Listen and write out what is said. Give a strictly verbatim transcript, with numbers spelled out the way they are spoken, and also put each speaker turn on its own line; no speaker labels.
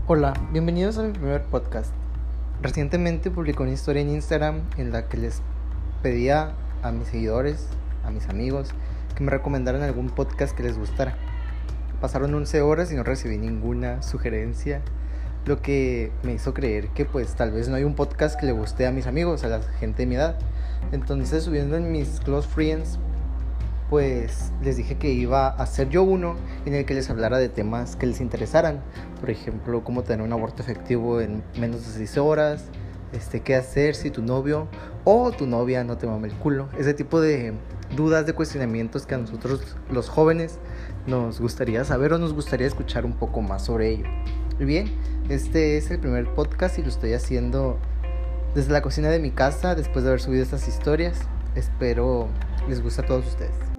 Hola, bienvenidos a mi primer podcast. Recientemente publicé una historia en Instagram en la que les pedía a mis seguidores, a mis amigos, que me recomendaran algún podcast que les gustara. Pasaron once horas y no recibí ninguna sugerencia, lo que me hizo creer que pues tal vez no hay un podcast que le guste a mis amigos, a la gente de mi edad. Entonces, subiendo en mis close friends, pues les dije que iba a hacer yo uno en el que les hablara de temas que les interesaran. Por ejemplo, cómo tener un aborto efectivo en menos de seis horas, este, qué hacer si tu novio o tu novia no te mama el culo. Ese tipo de dudas, de cuestionamientos que a nosotros los jóvenes nos gustaría saber o nos gustaría escuchar un poco más sobre ello. Y bien, este es el primer podcast y lo estoy haciendo desde la cocina de mi casa después de haber subido estas historias. Espero les guste a todos ustedes.